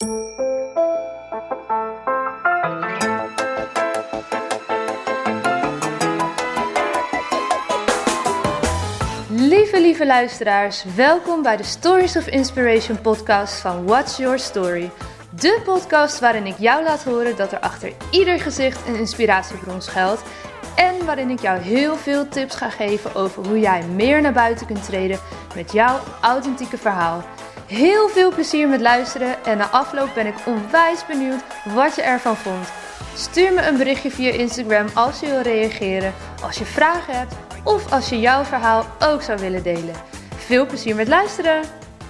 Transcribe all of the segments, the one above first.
Lieve luisteraars, welkom bij de Stories of Inspiration podcast van What's Your Story. De podcast waarin ik jou laat horen dat er achter ieder gezicht een inspiratiebron schuilt. En waarin ik jou heel veel tips ga geven over hoe jij meer naar buiten kunt treden met jouw authentieke verhaal. Heel veel plezier met luisteren en na afloop ben ik onwijs benieuwd wat je ervan vond. Stuur me een berichtje via Instagram als je wil reageren, als je vragen hebt of als je jouw verhaal ook zou willen delen. Veel plezier met luisteren!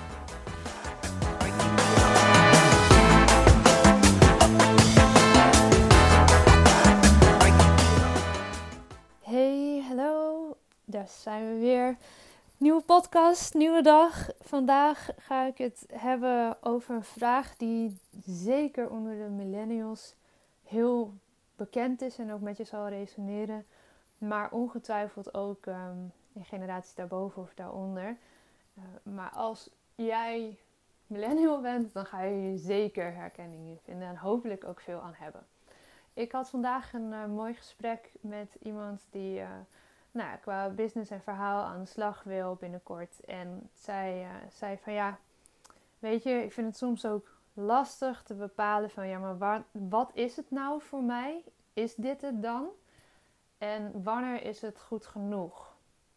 Hey, hallo. Daar zijn we weer. Nieuwe podcast, nieuwe dag. Vandaag ga ik het hebben over een vraag die zeker onder de millennials heel bekend is en ook met je zal resoneren. Maar ongetwijfeld ook in generaties daarboven of daaronder. Maar als jij millennial bent, dan ga je zeker herkenning in vinden en hopelijk ook veel aan hebben. Ik had vandaag een mooi gesprek met iemand die qua business en verhaal aan de slag wil binnenkort. En zij zei van ja, weet je, ik vind het soms ook lastig te bepalen van ja, maar wat is het nou voor mij? Is dit het dan? En wanneer is het goed genoeg?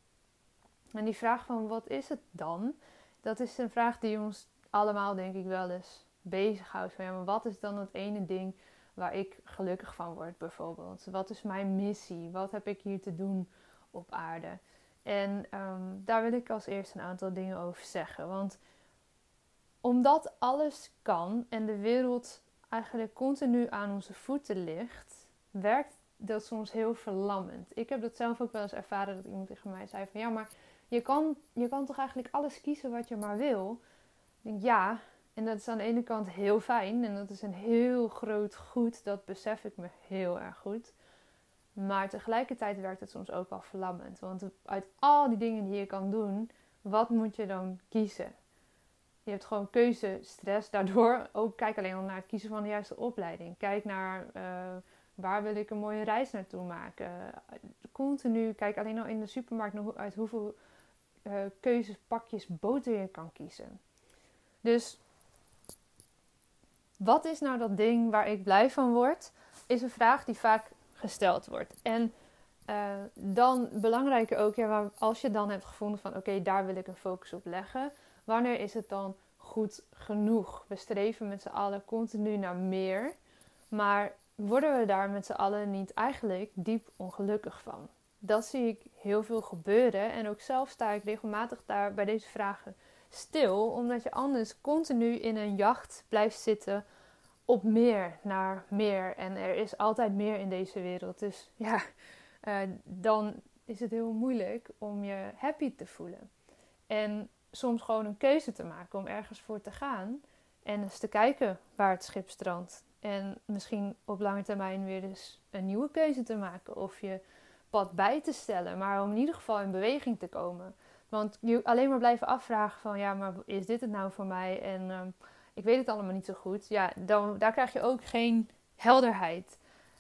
En die vraag van wat is het dan? Dat is een vraag die ons allemaal denk ik wel eens bezighoudt. Van ja, maar wat is dan het ene ding waar ik gelukkig van word bijvoorbeeld? Wat is mijn missie? Wat heb ik hier te doen op aarde? En daar wil ik als eerste een aantal dingen over zeggen. Want omdat alles kan en de wereld eigenlijk continu aan onze voeten ligt, werkt dat soms heel verlammend. Ik heb dat zelf ook wel eens ervaren dat iemand tegen mij zei van ja, maar je kan toch eigenlijk alles kiezen wat je maar wil? Ik denk ja, en dat is aan de ene kant heel fijn en dat is een heel groot goed, dat besef ik me heel erg goed. Maar tegelijkertijd werkt het soms ook wel verlammend. Want uit al die dingen die je kan doen, wat moet je dan kiezen? Je hebt gewoon keuzestress. Daardoor ook kijk alleen al naar het kiezen van de juiste opleiding. Kijk naar waar wil ik een mooie reis naartoe maken. Continu kijk alleen al in de supermarkt uit hoeveel keuzepakjes boter je kan kiezen. Dus wat is nou dat ding waar ik blij van word? Is een vraag die vaak gesteld wordt. En dan belangrijker ook, ja, als je dan hebt gevonden van oké, daar wil ik een focus op leggen. Wanneer is het dan goed genoeg? We streven met z'n allen continu naar meer. Maar worden we daar met z'n allen niet eigenlijk diep ongelukkig van? Dat zie ik heel veel gebeuren. En ook zelf sta ik regelmatig daar bij deze vragen stil. Omdat je anders continu in een jacht blijft zitten op meer, naar meer. En er is altijd meer in deze wereld. Dus ja, dan is het heel moeilijk om je happy te voelen. En soms gewoon een keuze te maken om ergens voor te gaan. En eens te kijken waar het schip strandt. En misschien op lange termijn weer dus een nieuwe keuze te maken. Of je pad bij te stellen. Maar om in ieder geval in beweging te komen. Want je alleen maar blijven afvragen van ja, maar is dit het nou voor mij? En ik weet het allemaal niet zo goed. Ja, daar krijg je ook geen helderheid.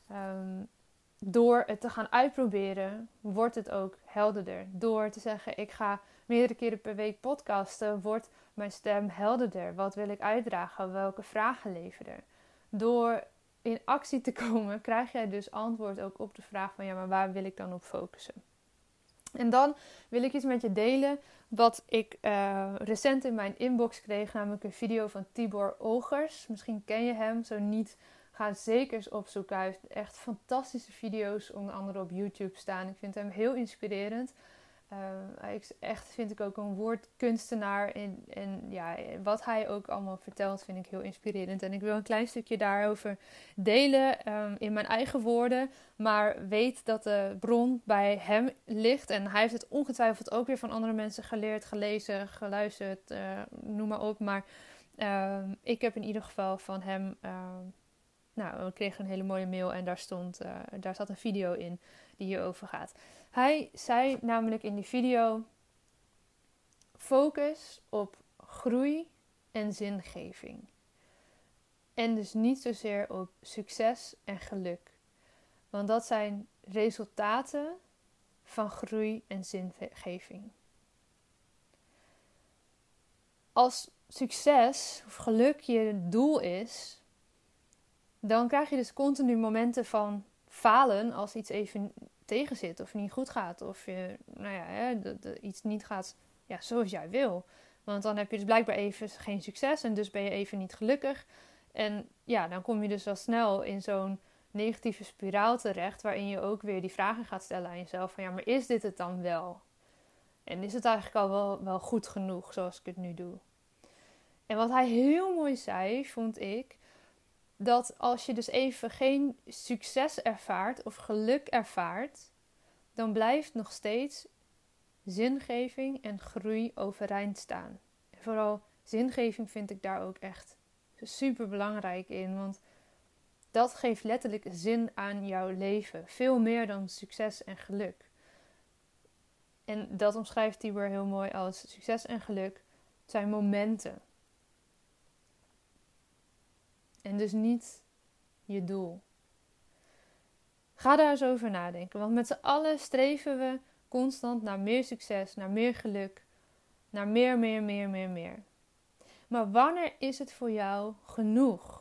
Door het te gaan uitproberen wordt het ook helderder. Door te zeggen ik ga meerdere keren per week podcasten, wordt mijn stem helderder. Wat wil ik uitdragen? Welke vragen leveren? Door in actie te komen, krijg jij dus antwoord ook op de vraag van ja, maar waar wil ik dan op focussen? En dan wil ik iets met je delen wat ik recent in mijn inbox kreeg, namelijk een video van Tibor Olgers. Misschien ken je hem, zo niet, ga zeker eens opzoeken. Hij heeft echt fantastische video's, onder andere op YouTube staan. Ik vind hem heel inspirerend. Hij is echt, vind ik ook een woordkunstenaar. En ja, wat hij ook allemaal vertelt, vind ik heel inspirerend. En ik wil een klein stukje daarover delen in mijn eigen woorden. Maar weet dat de bron bij hem ligt. En hij heeft het ongetwijfeld ook weer van andere mensen geleerd, gelezen, geluisterd, noem maar op. Maar ik heb in ieder geval van hem... we kregen een hele mooie mail en daar zat een video in die hierover gaat. Hij zei namelijk in die video: focus op groei en zingeving. En dus niet zozeer op succes en geluk. Want dat zijn resultaten van groei en zingeving. Als succes of geluk je doel is, dan krijg je dus continu momenten van falen als iets even tegen zit of niet goed gaat. Of je, iets niet gaat zoals jij wil. Want dan heb je dus blijkbaar even geen succes en dus ben je even niet gelukkig. En ja, dan kom je dus wel snel in zo'n negatieve spiraal terecht, waarin je ook weer die vragen gaat stellen aan jezelf van ja, maar is dit het dan wel? En is het eigenlijk al wel goed genoeg zoals ik het nu doe? En wat hij heel mooi zei, vond ik, dat als je dus even geen succes ervaart of geluk ervaart, dan blijft nog steeds zingeving en groei overeind staan. En vooral zingeving vind ik daar ook echt super belangrijk in, want dat geeft letterlijk zin aan jouw leven. Veel meer dan succes en geluk. En dat omschrijft Tibor heel mooi als succes en geluk zijn momenten. En dus niet je doel. Ga daar eens over nadenken. Want met z'n allen streven we constant naar meer succes, naar meer geluk, naar meer. Maar wanneer is het voor jou genoeg?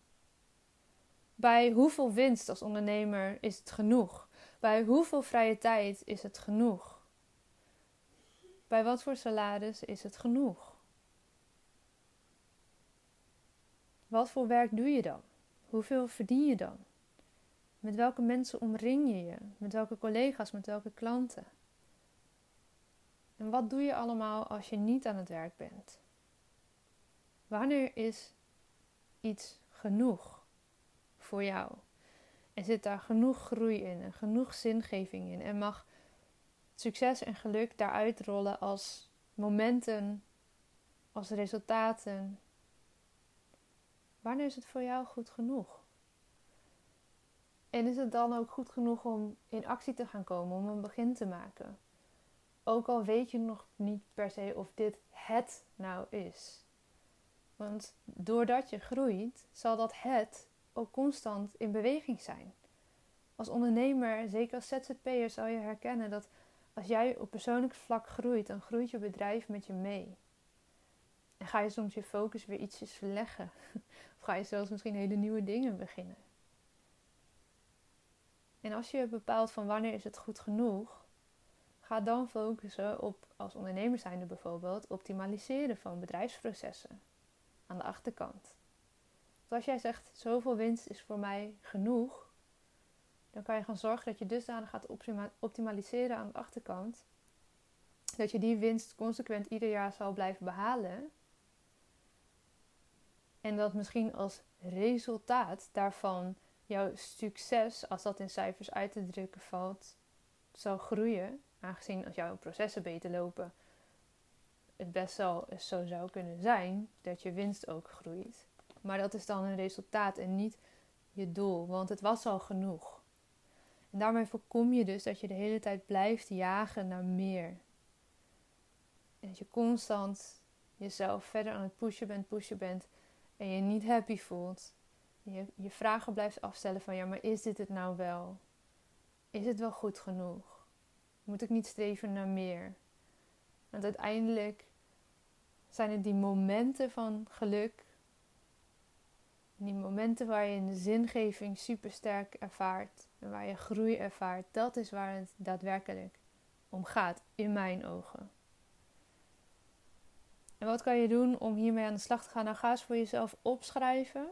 Bij hoeveel winst als ondernemer is het genoeg? Bij hoeveel vrije tijd is het genoeg? Bij wat voor salaris is het genoeg? Wat voor werk doe je dan? Hoeveel verdien je dan? Met welke mensen omring je je? Met welke collega's, met welke klanten? En wat doe je allemaal als je niet aan het werk bent? Wanneer is iets genoeg voor jou? En zit daar genoeg groei in en genoeg zingeving in? En mag succes en geluk daaruit rollen als momenten, als resultaten? Wanneer is het voor jou goed genoeg? En is het dan ook goed genoeg om in actie te gaan komen, om een begin te maken? Ook al weet je nog niet per se of dit het nou is. Want doordat je groeit, zal dat het ook constant in beweging zijn. Als ondernemer, zeker als ZZP'er, zal je herkennen dat als jij op persoonlijk vlak groeit, dan groeit je bedrijf met je mee. En ga je soms je focus weer ietsjes verleggen. Of ga je zelfs misschien hele nieuwe dingen beginnen. En als je bepaalt van wanneer is het goed genoeg, ga dan focussen op, als ondernemer zijnde bijvoorbeeld, optimaliseren van bedrijfsprocessen aan de achterkant. Want als jij zegt, zoveel winst is voor mij genoeg, dan kan je gaan zorgen dat je dusdanig gaat optimaliseren aan de achterkant, dat je die winst consequent ieder jaar zal blijven behalen. En dat misschien als resultaat daarvan jouw succes, als dat in cijfers uit te drukken valt, zal groeien. Aangezien als jouw processen beter lopen, het best wel zo zou kunnen zijn dat je winst ook groeit. Maar dat is dan een resultaat en niet je doel, want het was al genoeg. En daarmee voorkom je dus dat je de hele tijd blijft jagen naar meer. En dat je constant jezelf verder aan het pushen bent en je niet happy voelt. Je vragen blijft afstellen van ja, maar is dit het nou wel? Is het wel goed genoeg? Moet ik niet streven naar meer? Want uiteindelijk zijn het die momenten van geluk, die momenten waar je een zingeving super sterk ervaart en waar je groei ervaart, dat is waar het daadwerkelijk om gaat, in mijn ogen. En wat kan je doen om hiermee aan de slag te gaan? Nou, ga eens voor jezelf opschrijven.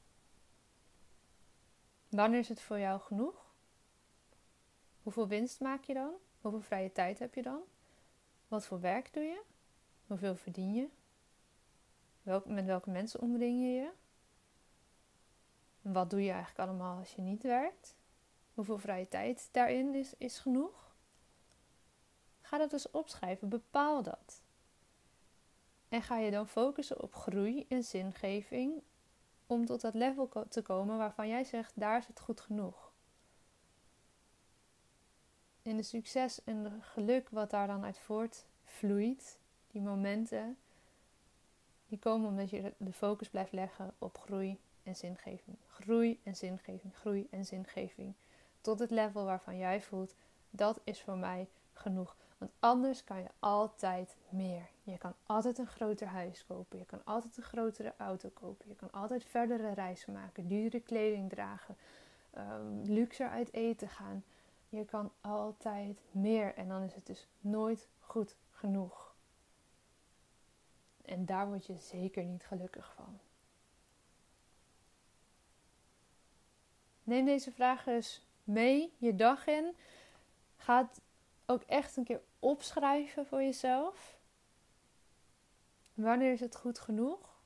Wanneer is het voor jou genoeg? Hoeveel winst maak je dan? Hoeveel vrije tijd heb je dan? Wat voor werk doe je? Hoeveel verdien je? Met welke mensen omring je je? En wat doe je eigenlijk allemaal als je niet werkt? Hoeveel vrije tijd daarin is genoeg? Ga dat dus opschrijven. Bepaal dat. En ga je dan focussen op groei en zingeving om tot dat level te komen waarvan jij zegt, daar is het goed genoeg. En de succes en de geluk wat daar dan uit voortvloeit, die momenten, die komen omdat je de focus blijft leggen op groei en zingeving. Groei en zingeving, groei en zingeving. Tot het level waarvan jij voelt, dat is voor mij genoeg. Want anders kan je altijd meer. Je kan altijd een groter huis kopen. Je kan altijd een grotere auto kopen. Je kan altijd verdere reizen maken. Dure kleding dragen. Luxer uit eten gaan. Je kan altijd meer. En dan is het dus nooit goed genoeg. En daar word je zeker niet gelukkig van. Neem deze vragen eens mee je dag in. Ga het ook echt een keer opschrijven voor jezelf. Wanneer is het goed genoeg?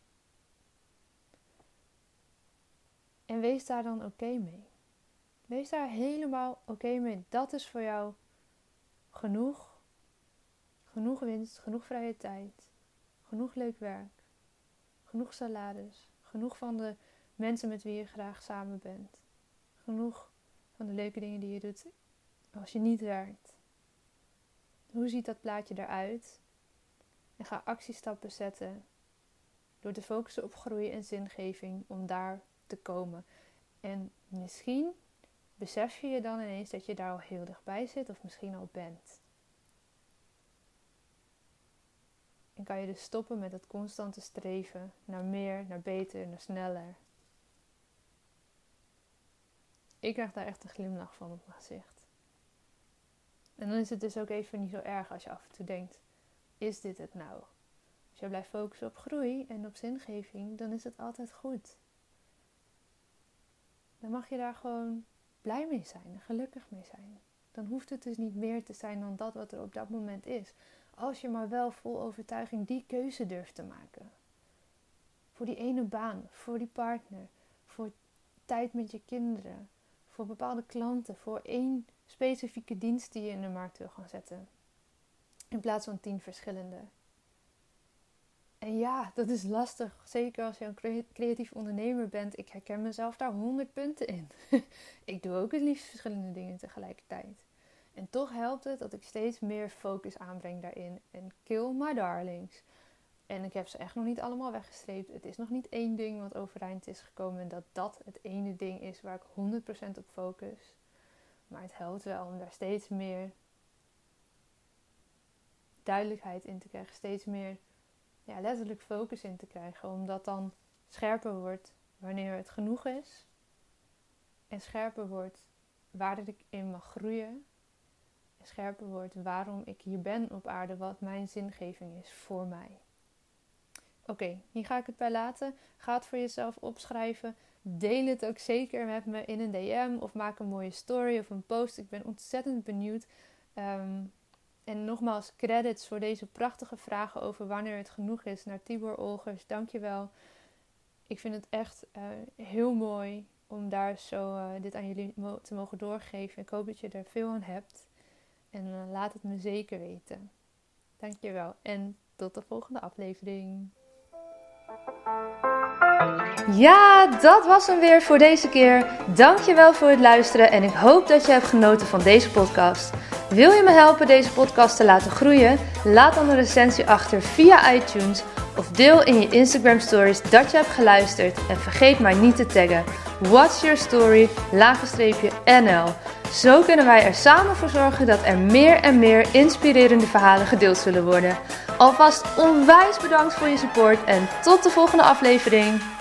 En wees daar dan oké mee. Wees daar helemaal oké mee. Dat is voor jou genoeg. Genoeg winst, genoeg vrije tijd. Genoeg leuk werk. Genoeg salaris. Genoeg van de mensen met wie je graag samen bent. Genoeg van de leuke dingen die je doet als je niet werkt. Hoe ziet dat plaatje eruit? En ga actiestappen zetten door te focussen op groei en zingeving om daar te komen. En misschien besef je dan ineens dat je daar al heel dichtbij zit of misschien al bent. En kan je dus stoppen met het constante streven naar meer, naar beter, naar sneller. Ik krijg daar echt een glimlach van op mijn gezicht. En dan is het dus ook even niet zo erg als je af en toe denkt, is dit het nou? Als je blijft focussen op groei en op zingeving, dan is het altijd goed. Dan mag je daar gewoon blij mee zijn en gelukkig mee zijn. Dan hoeft het dus niet meer te zijn dan dat wat er op dat moment is. Als je maar wel vol overtuiging die keuze durft te maken. Voor die ene baan, voor die partner, voor tijd met je kinderen, voor bepaalde klanten, voor één specifieke dienst die je in de markt wil gaan zetten. In plaats van 10 verschillende. En ja, dat is lastig. Zeker als je een creatief ondernemer bent. Ik herken mezelf daar 100 punten in. Ik doe ook het liefst verschillende dingen tegelijkertijd. En toch helpt het dat ik steeds meer focus aanbreng daarin. En kill my darlings. En ik heb ze echt nog niet allemaal weggestreept. Het is nog niet één ding wat overeind is gekomen. En dat het ene ding is waar ik 100% op focus. Maar het helpt wel om daar steeds meer duidelijkheid in te krijgen. Steeds meer letterlijk focus in te krijgen. Omdat dan scherper wordt wanneer het genoeg is. En scherper wordt waar ik in mag groeien. En scherper wordt waarom ik hier ben op aarde. Wat mijn zingeving is voor mij. Oké, hier ga ik het bij laten. Ga het voor jezelf opschrijven. Deel het ook zeker met me in een DM. Of maak een mooie story of een post. Ik ben ontzettend benieuwd. En nogmaals, credits voor deze prachtige vragen over wanneer het genoeg is naar Tibor Olgers. Dankjewel. Ik vind het echt heel mooi om daar zo dit aan jullie te mogen doorgeven. Ik hoop dat je er veel aan hebt. En laat het me zeker weten. Dankjewel. En tot de volgende aflevering. Ja, dat was hem weer voor deze keer. Dankjewel voor het luisteren en ik hoop dat je hebt genoten van deze podcast. Wil je me helpen deze podcast te laten groeien? Laat dan een recensie achter via iTunes of deel in je Instagram stories dat je hebt geluisterd en vergeet mij niet te taggen. What's Your Story, _NL. Zo kunnen wij er samen voor zorgen dat er meer en meer inspirerende verhalen gedeeld zullen worden. Alvast onwijs bedankt voor je support en tot de volgende aflevering.